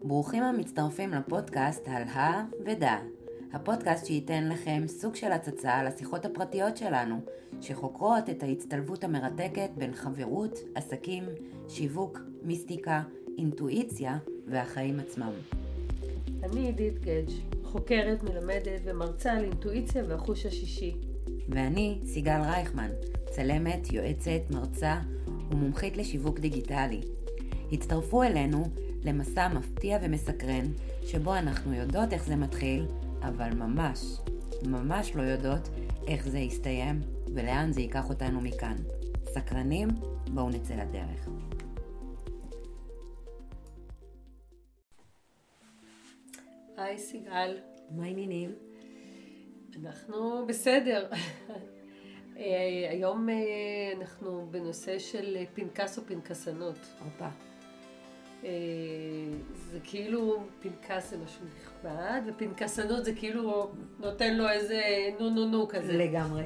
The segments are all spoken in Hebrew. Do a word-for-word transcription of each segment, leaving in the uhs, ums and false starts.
ברוכים המצטרפים לפודקאסט על ה ודע. הפודקאסט שייתן לכם סוג של הצצה על השיחות הפרטיות שלנו, שחוקרות את ההצטלבות המרתקת בין חברות, עסקים, שיווק, מיסטיקה, אינטואיציה והחיים עצמם. אני עידית גדג', חוקרת, מלמדת ומרצה על אינטואיציה והחוש השישי. ואני סיגל רייכמן, צלמת, יועצת, מרצה ומומחית לשיווק דיגיטלי. הצטרפו אלינו למסע מפתיע ומסקרן, שבו אנחנו יודעות איך זה מתחיל, אבל ממש, ממש לא יודעות איך זה יסתיים ולאן זה ייקח אותנו מכאן. סקרנים? בואו נצא לדרך. היי סיגל. מה העניינים? אנחנו בסדר. היום אנחנו בנושא של פנקס או פנקסנות. אופה. זה כאילו פנקס זה משהו נכבד, ופנקסנות זה כאילו נותן לו איזה נו נו נו כזה. לגמרי.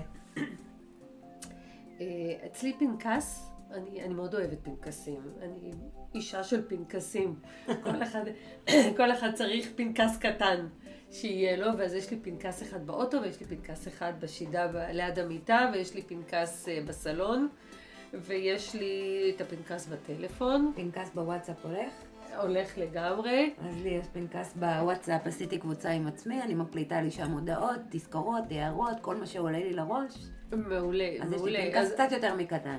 אצלי פנקס, אני, אני מאוד אוהבת פנקסים. אני אישה של פנקסים. כל אחד, כל אחד צריך פנקס קטן שיהיה לו, ואז יש לי פנקס אחד באוטו, ויש לי פנקס אחד בשידה ליד המיטה, ויש לי פנקס בסלון. ויש לי את הפנקס בטלפון. פנקס בוואטסאפ הולך? הולך לגמרי. אז לי יש פנקס בוואטסאפ, עשיתי קבוצה עם עצמי, אני מקליטה לי שם הודעות, תזכורות, הערות, כל מה שעולה לי לראש. מעולה, אז מעולה. יש לי פנקס קצת יותר מקטן.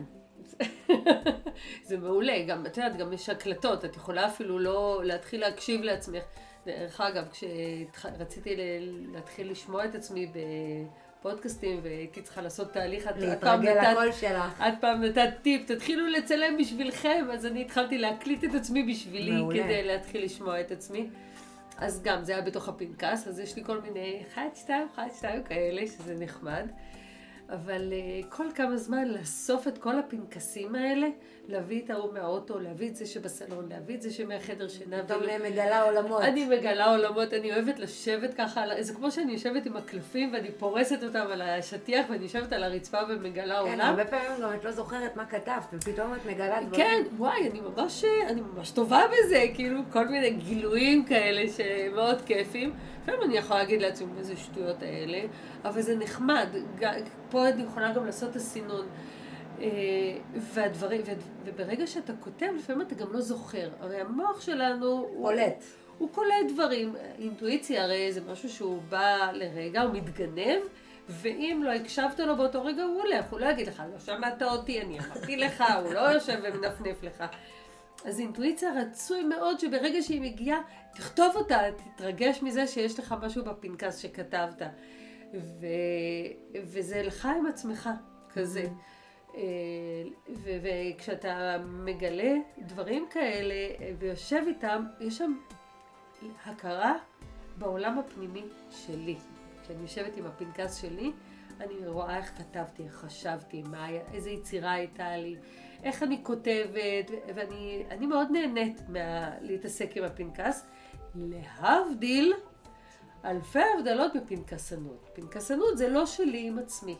זה מעולה, גם, את יודעת, גם יש הקלטות, את יכולה אפילו לא להתחיל להקשיב לעצמך. דרך אגב, כשרציתי להתחיל לשמוע את עצמי פודקאסטים, והייתי צריכה לעשות תהליך, להתרגל הכל שלך. עד פעם נתת טיפ, תתחילו לצלם בשבילכם, אז אני התחלתי להקליט את עצמי בשבילי, מעולה. כדי להתחיל לשמוע את עצמי. אז גם זה היה בתוך הפנקס, אז יש לי כל מיני אחד, שתיים, אחד, שתיים כאלה, שזה נחמד. אבל uh, כל כמה זמן לאסוף את כל הפנקסים האלה, להביא את ההוא מהאוטו, להביא את זה שבסלון, להביא את זה שמהחדר שינה. טוב, אני מגלה עולמות. אני מגלה עולמות, אני אוהבת לשבת ככה, זה כמו שאני יושבת עם הקלפים ואני פורסת אותם על השטיח ואני יושבת על הרצפה ומגלה עולם. כן, הרבה פעמים גם את לא זוכרת מה כתבת, ופתאום את מגלה דברים. כן, וואי, אני ממש, אני ממש טובה בזה, כאילו כל מיני גילויים כאלה שמאוד כיפים. לפעמים אני יכולה להגיד לעצמי איזה שטויות האלה, אבל זה נחמד. פה אני יכולה גם לעשות את הסינון. והדברים, וברגע שאתה כותב, לפעמים אתה גם לא זוכר. הרי המוח שלנו קולט. הוא קולט דברים. אינטואיציה הרי זה משהו שהוא בא לרגע, הוא מתגנב, ואם לא הקשבת לו באותו רגע, הוא הולך. הוא לא יגיד לך, לא שמעת אותי, אני אמרתי לך, הוא לא יושב ומנפנף לך. אז אינטואיציה רצוי מאוד שברגע שהיא מגיעה, תכתוב אותה, תתרגש מזה שיש לך משהו בפנקס שכתבת. ו... וזה לך עם עצמך, כזה. ו... וכשאתה מגלה דברים כאלה ויושב איתם, יש שם הכרה בעולם הפנימי שלי. כשאני יושבת עם הפנקס שלי, אני רואה איך כתבתי, איך חשבתי, מה, איזה יצירה הייתה לי, איך אני כותבת, ואני אני מאוד נהנית מה, להתעסק עם הפנקס. להבדיל, אלפי הבדלות בפנקסנות. פנקסנות זה לא שלי עם עצמי.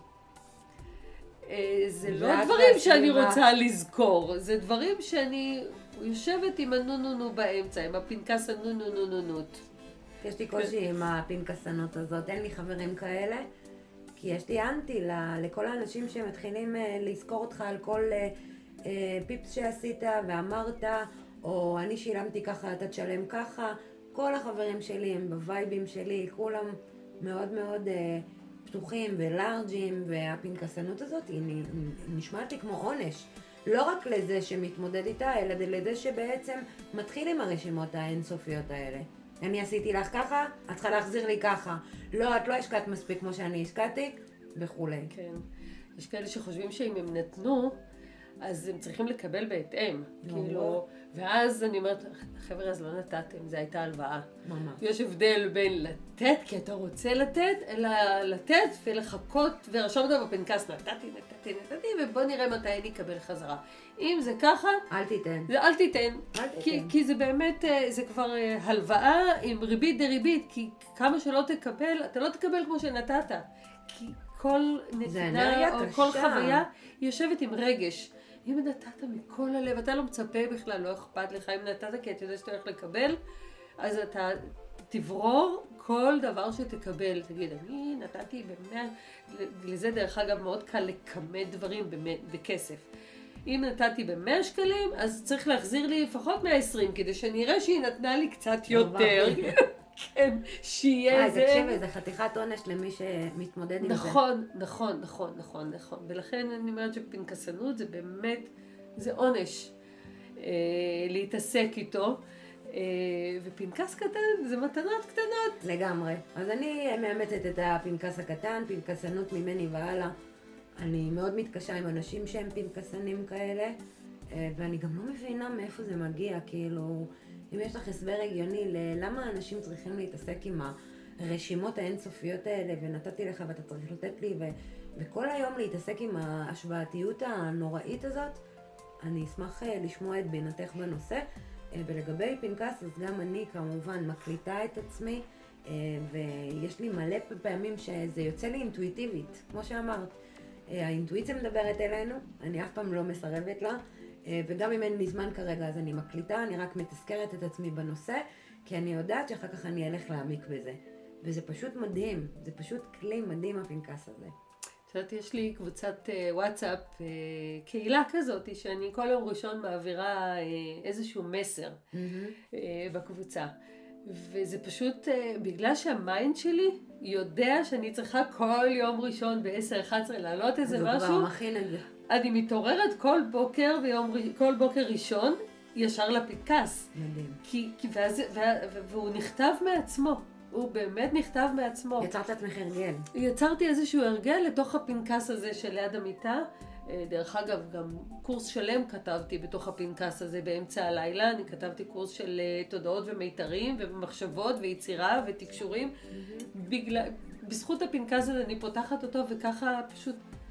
זה לא דברים שאני רוצה לזכור, זה דברים שאני יושבת עם הנונונו באמצע, עם הפנקס הנונונונונות. יש לי קושי עם הפנקסנות הזאת, אין לי חברים כאלה. כי יש לי אנטי לכל האנשים שמתחילים לזכור אותך על כל פיפס שעשית ואמרת, או אני שילמתי ככה, אתה תשלם ככה. כל החברים שלי הם בווייבים שלי, כולם מאוד מאוד פתוחים ולארג'ים, והפנקסנות הזאת היא נשמעת לי כמו עונש. לא רק לזה שמתמודד איתה, אלא לזה שבעצם מתחיל עם הרשימות האינסופיות האלה. אני עשיתי לך ככה, את צריכה להחזיר לי ככה. לא, את לא השקעת מספיק כמו שאני השקעתי, וכו'. כן. יש כאלה שחושבים שאם הם נתנו, אז הם צריכים לקבל בהתאם. כאילו, ואז אני אומרת, חבר'ה, אז לא נתתם, זה הייתה הלוואה. ממש. יש הבדל בין לתת, כי אתה רוצה לתת, אלא לתת ולחכות, ורשמת בפנקס, נתתי, נתתי, נתתי, ובוא נראה מתי אני אקבל חזרה. אם זה ככה, אל תיתן. זה אל תיתן. אל תיתן. כי, כי זה באמת, זה כבר הלוואה עם ריבית דריבית, כי כמה שלא תקבל, אתה לא תקבל כמו שנתת. כי כל נתינה או כל חוויה יושבת עם רגש. אם נתת מכל הלב, אתה לא מצפה בכלל, לא אכפת לך אם נתת, כי אתה יודע שאתה הולך לקבל, אז אתה תברור כל דבר שתקבל. תגיד, אני נתתי במאה, לזה דרך אגב מאוד קל לכמת דברים בכסף. אם נתתי ב-מאה שקלים, אז צריך להחזיר לי לפחות מאה ועשרים, כדי שאני אראה שהיא נתנה לי קצת יותר. כן, שיהיה וואי, זה. תקשיבי, זה חתיכת עונש למי שמתמודד עם זה. נכון, נכון, נכון, נכון, נכון. ולכן אני אומרת שפנקסנות זה באמת, זה עונש אה, להתעסק איתו. אה, ופנקס קטן זה מתנות קטנות. לגמרי. אז אני מאמצת את הפנקס הקטן, פנקסנות ממני והלאה. אני מאוד מתקשה עם אנשים שהם פנקסנים כאלה, ואני גם לא מבינה מאיפה זה מגיע, כאילו, אם יש לך הסבר הגיוני ללמה אנשים צריכים להתעסק עם הרשימות האינסופיות האלה, ונתתי לך ואתה צריך לתת לי, ו- וכל היום להתעסק עם ההשוואתיות הנוראית הזאת, אני אשמח לשמוע את בינתך בנושא. ולגבי פנקס, אז גם אני כמובן מקליטה את עצמי, ויש לי מלא פעמים שזה יוצא לי אינטואיטיבית, כמו שאמרת. האינטואיציה מדברת אלינו, אני אף פעם לא מסרבת לה, וגם אם אין לי זמן כרגע אז אני מקליטה, אני רק מתזכרת את עצמי בנושא, כי אני יודעת שאחר כך אני אלך להעמיק בזה. וזה פשוט מדהים, זה פשוט כלי מדהים הפנקס הזה. את יודעת, יש לי קבוצת וואטסאפ, קהילה כזאת, שאני כל יום ראשון מעבירה איזשהו מסר בקבוצה. וזה פשוט, בגלל שהמיינד שלי יודע שאני צריכה כל יום ראשון ב-עשר אחת עשרה לעלות איזה משהו. זה כבר מכין את זה. אני מתעוררת כל בוקר, ויום, כל בוקר ראשון, ישר לפנקס. מדהים. כי, כי ואז, והוא נכתב מעצמו. הוא באמת נכתב מעצמו. יצרת עצמך הרגל. יצרתי איזשהו הרגל לתוך הפנקס הזה של ליד המיטה. דרך אגב, גם קורס שלם כתבתי בתוך הפנקס הזה באמצע הלילה. אני כתבתי קורס של תודעות ומיתרים ומחשבות ויצירה ותקשורים. Mm-hmm. בגלל, בזכות הפנקס הזה אני פותחת אותו וככה פשוט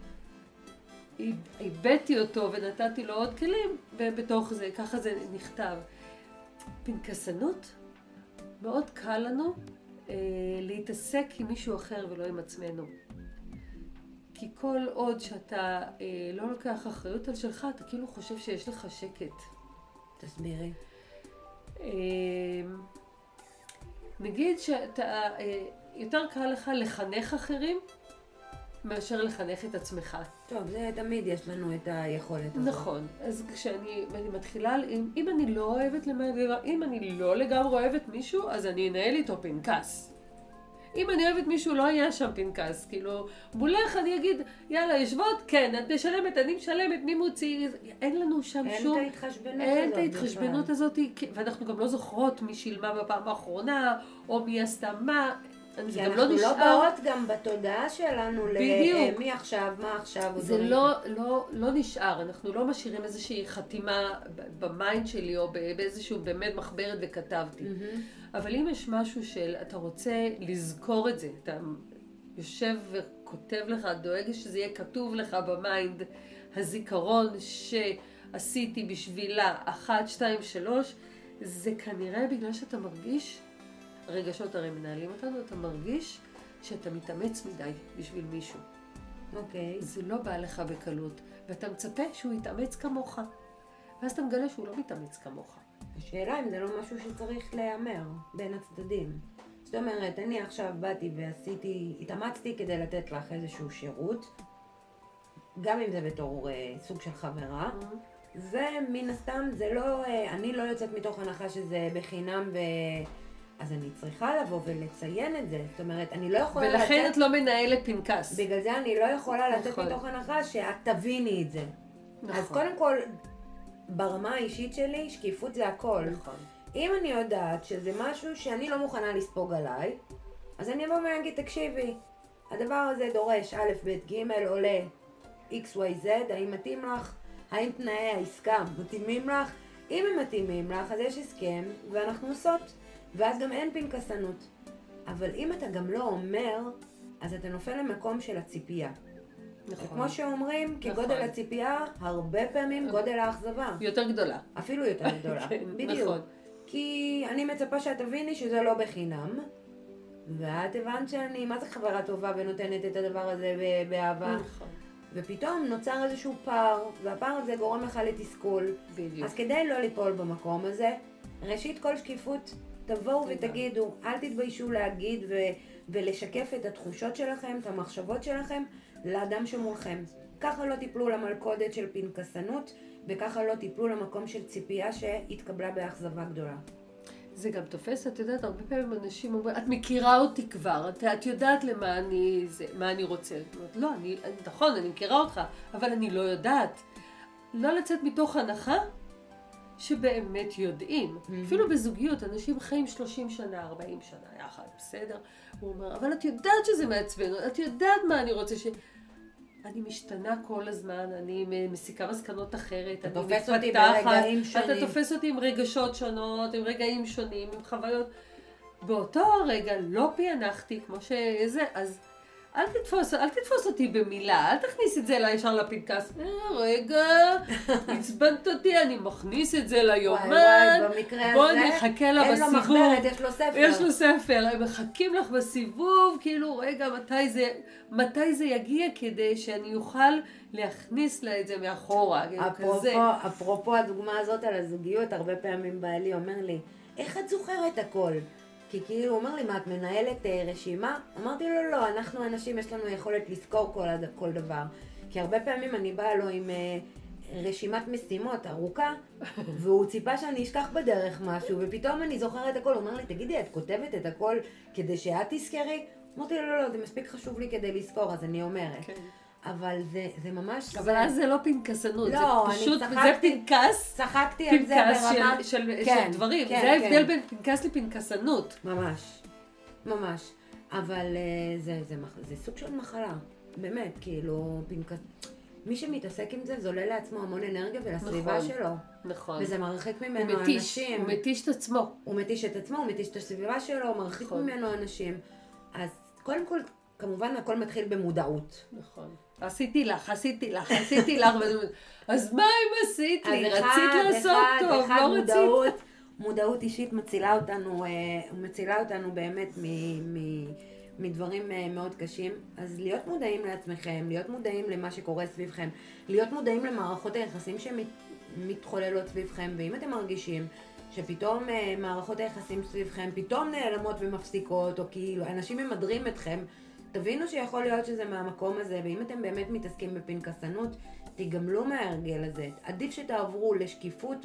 איבדתי אותו ונתתי לו עוד כלים, ובתוך זה, ככה זה נכתב. פנקסנות, מאוד קל לנו אה, להתעסק עם מישהו אחר ולא עם עצמנו. כי כל עוד שאתה אה, לא לוקח אחריות על שלך, אתה כאילו חושב שיש לך שקט. תסבירי. אה, נגיד שאתה, אה, יותר קל לך לחנך אחרים, מאשר לחנך את עצמך. טוב, זה תמיד יש לנו את היכולת הזאת. נכון. אז כשאני אני מתחילה, אם, אם אני לא אוהבת, אם אני לא לגמרי אוהבת מישהו, אז אני אנהל איתו פנקס. אם אני אוהבת מישהו, לא יהיה שם פנקס. כאילו, מולך אני אגיד, יאללה, ישבות, כן, את משלמת, אני משלמת, מי מוציא, אין לנו שם אין שום... אין את ההתחשבנות הזאת. אין את ההתחשבנות הזאת, ואנחנו גם לא זוכרות מי שילמה בפעם האחרונה, או מי עשתה מה. כי אנחנו לא, לא באות גם בתודעה שלנו למי עכשיו, מה עכשיו. זה לא, לא, לא נשאר, אנחנו לא משאירים איזושהי חתימה במיינד שלי או באיזשהו באמת מחברת וכתבתי. Mm-hmm. אבל אם יש משהו שאתה רוצה לזכור את זה, אתה יושב וכותב לך, דואג שזה יהיה כתוב לך במיינד, הזיכרון שעשיתי בשבילה, אחת, שתיים, שלוש, זה כנראה בגלל שאתה מרגיש, הרגשות הרי מנהלים אותנו, אתה מרגיש שאתה מתאמץ מדי בשביל מישהו. אוקיי. זה לא בא לך בקלות, ואתה מצפה שהוא יתאמץ כמוך. ואז אתה מגלה שהוא לא מתאמץ כמוך. השאלה אם זה לא משהו שצריך להיאמר בין הצדדים. זאת אומרת, אני עכשיו באתי ועשיתי, התאמצתי כדי לתת לך איזשהו שירות, גם אם זה בתור אה, סוג של חברה, mm-hmm. ומן הסתם זה לא, אה, אני לא יוצאת מתוך הנחה שזה בחינם ו... אז אני צריכה לבוא ולציין את זה, זאת אומרת, אני לא יכולה ולכן לתת... את לא מנהלת פנקס. בגלל זה אני לא יכולה נכון. לתת מתוך הנחה שאת תביני את זה. נכון. אז קודם כל, ברמה האישית שלי, שקיפות זה הכל. נכון. אם אני יודעת שזה משהו שאני לא מוכנה לספוג עליי, אז אני אבוא ואגיד, תקשיבי, הדבר הזה דורש א', ב', ג', עולה X, Y, Z, האם מתאים לך? האם תנאי העסקה מתאימים לך? אם הם מתאימים לך, אז יש הסכם, ואנחנו עושות. ואז גם אין פנקסנות. אבל אם אתה גם לא אומר, אז אתה נופל למקום של הציפייה. נכון. וכמו שאומרים, כגודל נכון. הציפייה, הרבה פעמים גודל האכזבה. יותר גדולה. אפילו יותר גדולה. כן, בדיוק. נכון. כי אני מצפה שאת תביני שזה לא בחינם, ואת הבנת שאני, מה זה חברה טובה ונותנת את הדבר הזה באהבה. נכון. ופתאום נוצר איזשהו פער, והפער הזה גורם לך לתסכול. בדיוק. אז כדי לא ליפול במקום הזה, ראשית כל שקיפות, תבואו ותגידו, אל תתביישו להגיד ו- ולשקף את התחושות שלכם, את המחשבות שלכם, לאדם שמולכם. ככה לא תיפלו למלכודת של פנקסנות, וככה לא תיפלו למקום של ציפייה שהתקבלה באכזבה גדולה. זה גם תופס, את יודעת, הרבה פעמים אנשים אומרים, את מכירה אותי כבר, את, את יודעת למה אני, זה, מה אני רוצה. אומרת, לא, אני, נכון, אני מכירה אותך, אבל אני לא יודעת. לא לצאת מתוך הנחה שבאמת יודעים. Mm-hmm. אפילו בזוגיות, אנשים חיים שלושים שנה, ארבעים שנה יחד, בסדר? הוא אומר, אבל את יודעת שזה מעצבן, את יודעת מה אני רוצה ש... אני משתנה כל הזמן, אני מסיקה מסקנות אחרת, אתה תופס אותי ברגעים שונים. אתה תופס אותי עם רגשות שונות, עם רגעים שונים, עם חוויות. באותו הרגע לא פענחתי כמו שזה, אז אל תתפוס, אל תתפוס אותי במילה, אל תכניס את זה ישר לפנקס. אה, רגע, עצבנת אותי, אני מכניס את זה ליומן. וואי וואי, במקרה בוא הזה, נחכה לה בסיבוב. אין לו מחברת, יש לו ספר. יש לו ספר, הם מחכים לך בסיבוב, כאילו, רגע, מתי זה, מתי זה יגיע כדי שאני אוכל להכניס לה את זה מאחורה, אפרופו, כזה. אפרופו הדוגמה הזאת על הזוגיות, הרבה פעמים בעלי אומר לי, איך את זוכרת הכל? כי כאילו הוא אומר לי, מה, את מנהלת אה, רשימה? אמרתי לו, לא, אנחנו אנשים, יש לנו יכולת לזכור כל, כל דבר. כי הרבה פעמים אני באה לו עם אה, רשימת משימות ארוכה, והוא ציפה שאני אשכח בדרך משהו, ופתאום אני זוכרת הכל. הוא אומר לי, תגידי, את כותבת את הכל כדי שאת תזכרי? אמרתי לו, לא, לא, זה מספיק חשוב לי כדי לזכור, אז אני אומרת. Okay. אבל זה, זה ממש... אבל אז זה לא פנקסנות, לא, זה פשוט, צחקתי, זה פנקס, צחקתי פנקס על זה ברמה... של, של, כן, של דברים, כן, זה ההבדל כן. בין פנקס לפנקסנות. ממש, ממש. אבל זה, זה, זה סוג של מחלה, באמת, כאילו, פנקס... מי שמתעסק עם זה, זה עולה לעצמו המון אנרגיה ולסביבה נכון, שלו. נכון. וזה מרחיק ממנו הוא מתיש, אנשים. הוא מתיש את עצמו. הוא מתיש את עצמו, הוא מתיש את הסביבה שלו, הוא מרחיק נכון. ממנו אנשים. אז קודם כל, כמובן, הכל מתחיל במודעות. נכון. עשיתי לך, עשיתי לך, עשיתי לך, אז מה אם עשית לי? רצית לעשות טוב, לא רצית. מודעות, מודעות אישית מצילה אותנו, מצילה אותנו באמת מדברים מאוד קשים. אז להיות מודעים לעצמכם, להיות מודעים למה שקורה סביבכם, להיות מודעים למערכות היחסים שמתחוללות סביבכם, ואם אתם מרגישים שפתאום מערכות היחסים סביבכם פתאום נעלמות ומפסיקות, או כאילו אנשים ממדרים אתכם, תבינו שיכול להיות שזה מהמקום הזה, ואם אתם באמת מתעסקים בפנקסנות, תיגמלו מההרגל הזה. עדיף שתעברו לשקיפות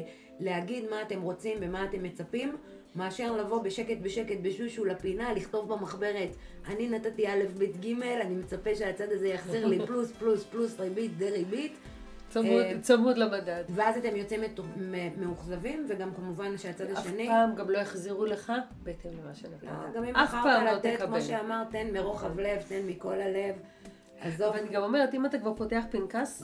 ולהגיד מה אתם רוצים ומה אתם מצפים, מאשר לבוא בשקט בשקט בשושו לפינה, לכתוב במחברת, אני נתתי א' ב' ג', אני מצפה שהצד הזה יחזיר לי פלוס פלוס פלוס ריבית די ריבית. צמוד, צמוד למדד. ואז אתם יוצאים מאוכזבים, וגם כמובן שהצד השני... אף פעם גם לא יחזירו לך בהתאם למה שנתן. גם אם בחרת לתת, כמו שאמרת, תן מרוחב לב, תן מכל הלב. עזוב. ואני גם אומרת, אם אתה כבר פותח פנקס,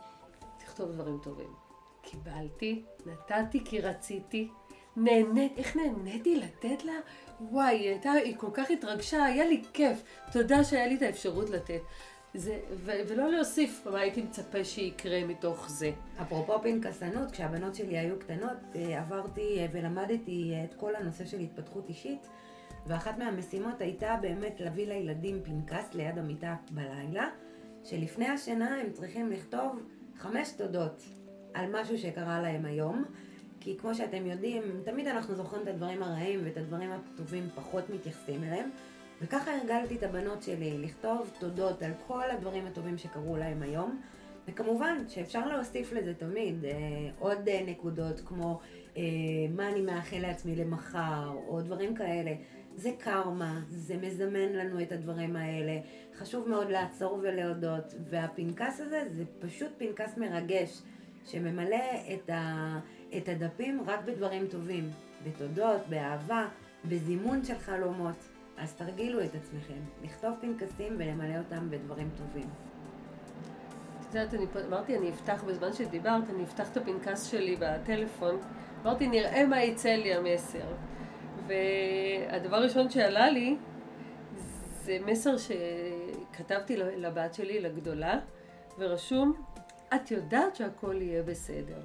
תכתוב דברים טובים. קיבלתי, נתתי כי רציתי, נהנית, איך נהניתי לתת לה? וואי, היא, הייתה, היא כל כך התרגשה, היה לי כיף. תודה שהיה לי את האפשרות לתת. זה, ו- ולא להוסיף מה הייתי מצפה שיקרה מתוך זה. אפרופו פנקסנות, כשהבנות שלי היו קטנות, עברתי ולמדתי את כל הנושא של התפתחות אישית, ואחת מהמשימות הייתה באמת להביא לילדים פנקס ליד המיטה בלילה, שלפני השינה הם צריכים לכתוב חמש תודות על משהו שקרה להם היום, כי כמו שאתם יודעים, תמיד אנחנו זוכרים את הדברים הרעים ואת הדברים הטובים פחות מתייחסים אליהם, וככה הרגלתי את הבנות שלי לכתוב תודות על כל הדברים הטובים שקרו להם היום, וכמובן שאפשר להוסיף לזה תמיד אה, עוד אה, נקודות כמו אה, מה אני מאחל לעצמי למחר, או דברים כאלה. זה קרמה, זה מזמן לנו את הדברים האלה. חשוב מאוד לעצור ולהודות, והפנקס הזה זה פשוט פנקס מרגש, שממלא את, ה, את הדפים רק בדברים טובים, בתודות, באהבה, בזימון של חלומות. אז תרגילו את עצמכם, לכתוב פנקסים ולמלא אותם בדברים טובים. את יודעת, אני אמרתי, אני אפתח, בזמן שדיברת, אני אפתח את הפנקס שלי בטלפון, אמרתי, נראה מה יצא לי המסר. והדבר הראשון שעלה לי, זה מסר שכתבתי לבת שלי, לגדולה, ורשום, את יודעת שהכל יהיה בסדר.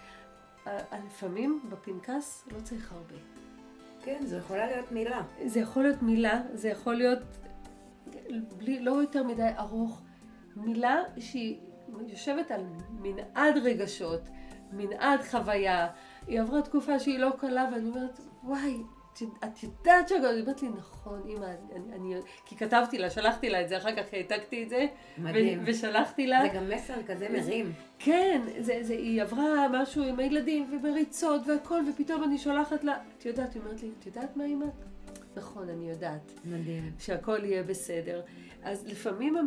לפעמים בפנקס לא צריך הרבה. כן, זה יכולה להיות מילה. זה יכול להיות מילה, זה יכול להיות בלי, לא יותר מדי ארוך. מילה שהיא יושבת על מנעד רגשות, מנעד חוויה. היא עברה תקופה שהיא לא קלה, ואני אומרת, וואי, את יודעת שהכל, היא אומרת לי, נכון, אמא, אני, אני, כי כתבתי לה, שלחתי לה את זה, אחר כך העתקתי את זה, מדהים. ו, ושלחתי לה. זה גם מסר כזה מרים. כן, זה, זה, היא עברה משהו עם הילדים, ובריצות והכל, ופתאום אני שולחת לה, את יודעת, היא אומרת לי, את יודעת מה אמא? נכון, אני יודעת. מדהים. שהכל יהיה בסדר. אז לפעמים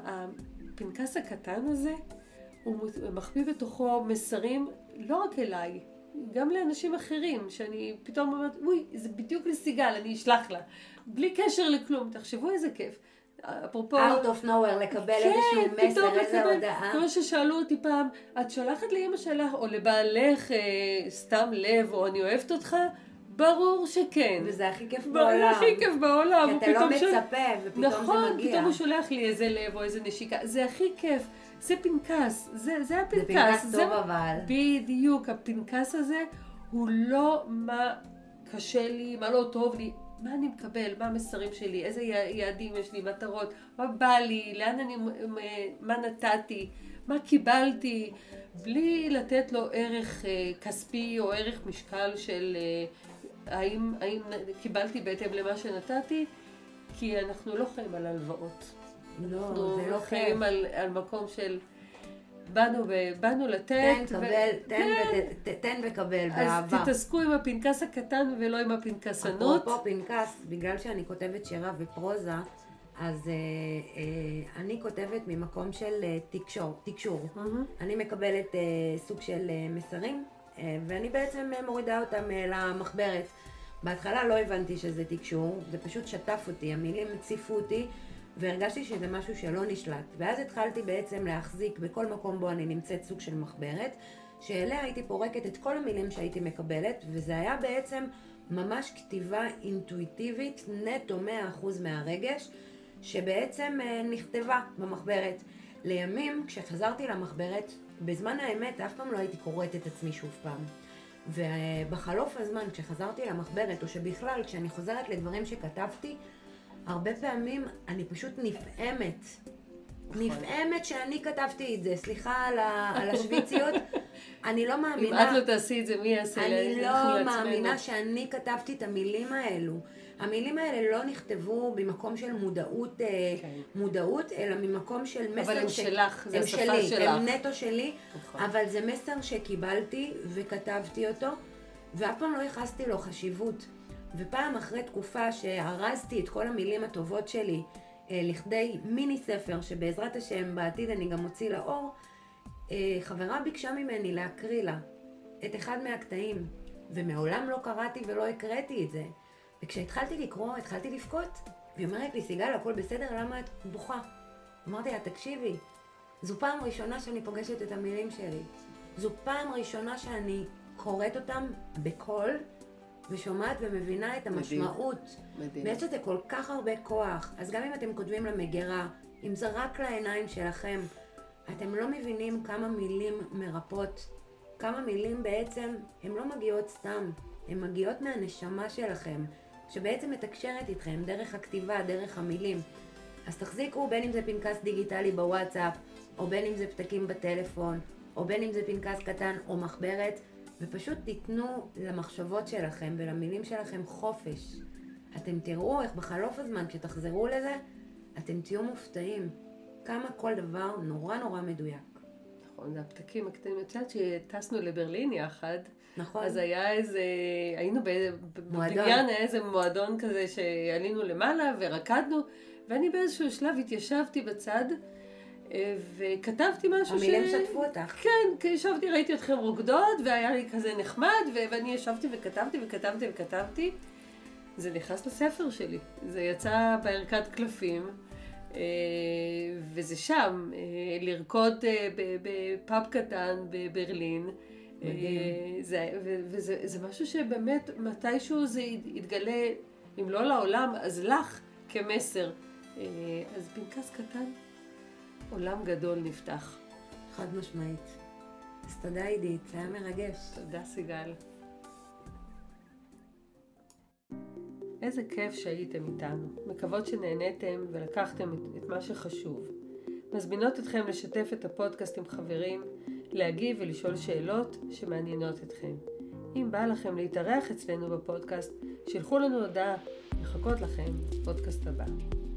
הפנקס הקטן הזה, הוא מחביא בתוכו מסרים, לא רק אליי, גם לאנשים אחרים, שאני פתאום אומרת, אוי, זה בדיוק לסיגל, אני אשלח לה. בלי קשר לכלום, תחשבו איזה כיף. אפרופו... out of nowhere, לקבל כן, איזשהו מסר, איזה לקבל, הודעה. כמו ששאלו אותי פעם, את שולחת לאמא שלך, או לבעלך, אה, סתם לב, או אני אוהבת אותך? ברור שכן. וזה הכי כיף זה בעולם. הכי כיף בעולם. כי אתה לא ש... מצפה, ופתאום נכון, זה מגיע. פתאום הוא שולח לי איזה לב או איזה נשיקה. זה הכי כיף. זה פנקס. זה, זה הפנקס. זה פנקס זה... טוב אבל. בדיוק. הפנקס הזה הוא לא מה קשה לי, מה לא טוב לי. מה אני מקבל, מה המסרים שלי, איזה יעדים יש לי, מטרות, מה בא לי, לאן אני, מה נתתי, מה קיבלתי, בלי לתת לו ערך כספי או ערך משקל של האם, האם קיבלתי בהתאם למה שנתתי, כי אנחנו לא חיים על הלוואות. לא, אנחנו זה לא חיים כיף. על, על מקום של באנו, באנו לתת. תן, קבל, ו... תן, כן. ות, תן וקבל באהבה. אז תתעסקו עם הפנקס הקטן ולא עם הפנקסנות. אפרופו פנקס, בגלל שאני כותבת שירה ופרוזה, אז אה, אה, אני כותבת ממקום של אה, תקשור, תקשור. Mm-hmm. אני מקבלת אה, סוג של אה, מסרים, אה, ואני בעצם אה, מורידה אותם אה, למחברת. בהתחלה לא הבנתי שזה תקשור, זה פשוט שטף אותי, המילים הציפו אותי, והרגשתי שזה משהו שלא נשלט. ואז התחלתי בעצם להחזיק בכל מקום בו אני נמצאת סוג של מחברת, שאליה הייתי פורקת את כל המילים שהייתי מקבלת, וזה היה בעצם ממש כתיבה אינטואיטיבית, נטו מאה אחוז מהרגש, שבעצם נכתבה במחברת. לימים, כשחזרתי למחברת, בזמן האמת אף פעם לא הייתי קוראת את עצמי שוב פעם. ובחלוף הזמן, כשחזרתי למחברת, או שבכלל, כשאני חוזרת לדברים שכתבתי, הרבה פעמים אני פשוט נפעמת. נפעמת שאני כתבתי את זה, סליחה על, ה, על השוויציות. אני לא מאמינה... אם את לא תעשי את זה, מי יעשה? אני לא מאמינה שאני כתבתי את המילים האלו. המילים האלה לא נכתבו במקום של מודעות, כן. מודעות, אלא ממקום של מסר... אבל הם ש... שלך, זה השפה שלי, שלך. הם נטו שלי, נכון. אבל זה מסר שקיבלתי וכתבתי אותו, ואף פעם לא ייחסתי לו חשיבות. ופעם אחרי תקופה שהרזתי את כל המילים הטובות שלי לכדי מיני ספר, שבעזרת השם בעתיד אני גם מוציא לאור, חברה ביקשה ממני להקריא לה את אחד מהקטעים, ומעולם לא קראתי ולא הקראתי את זה. וכשהתחלתי לקרוא, התחלתי לבכות, והיא אומרת לי, סיגל, הכל בסדר, למה את בוכה? אמרתי לה, תקשיבי, זו פעם ראשונה שאני פוגשת את המילים שלי. זו פעם ראשונה שאני קוראת אותם בקול, ושומעת ומבינה את המשמעות. מדהים. ויש לזה כל כך הרבה כוח. אז גם אם אתם כותבים למגירה, אם זה רק לעיניים שלכם, אתם לא מבינים כמה מילים מרפות, כמה מילים בעצם, הן לא מגיעות סתם, הן מגיעות מהנשמה שלכם, שבעצם מתקשרת איתכם דרך הכתיבה, דרך המילים. אז תחזיקו בין אם זה פנקס דיגיטלי בוואטסאפ, או בין אם זה פתקים בטלפון, או בין אם זה פנקס קטן או מחברת, ופשוט תיתנו למחשבות שלכם ולמילים שלכם חופש. אתם תראו איך בחלוף הזמן, כשתחזרו לזה, אתם תהיו מופתעים. כמה כל דבר נורא נורא מדויק. נכון, זה הפתקים הקטנים. את יודעת שטסנו לברלין יחד. נכון. אז היה איזה, היינו בבניין, היה איזה מועדון כזה שעלינו למעלה ורקדנו, ואני באיזשהו שלב התיישבתי בצד, וכתבתי משהו ש... המילים שתפו אותך. כן, ישבתי, ראיתי אתכם רוקדות, והיה לי כזה נחמד, ואני ישבתי וכתבתי וכתבתי וכתבתי. זה נכנס לספר שלי. זה יצא בערכת קלפים, וזה שם, לרקוד בפאב קטן בברלין. זה, וזה, זה משהו שבאמת מתישהו זה יתגלה, אם לא לעולם, אז לך כמסר. אז פנקס קטן. עולם גדול נפתח. חד משמעית. אז תודה עידית, זה היה מרגש. תודה סיגל. איזה כיף שהייתם איתנו. מקוות שנהניתם ולקחתם את, את מה שחשוב. מזמינות אתכם לשתף את הפודקאסט עם חברים, להגיב ולשאול שאלות שמעניינות אתכם. אם בא לכם להתארח אצלנו בפודקאסט, שילחו לנו הודעה, מחכות לכם, פודקאסט הבא.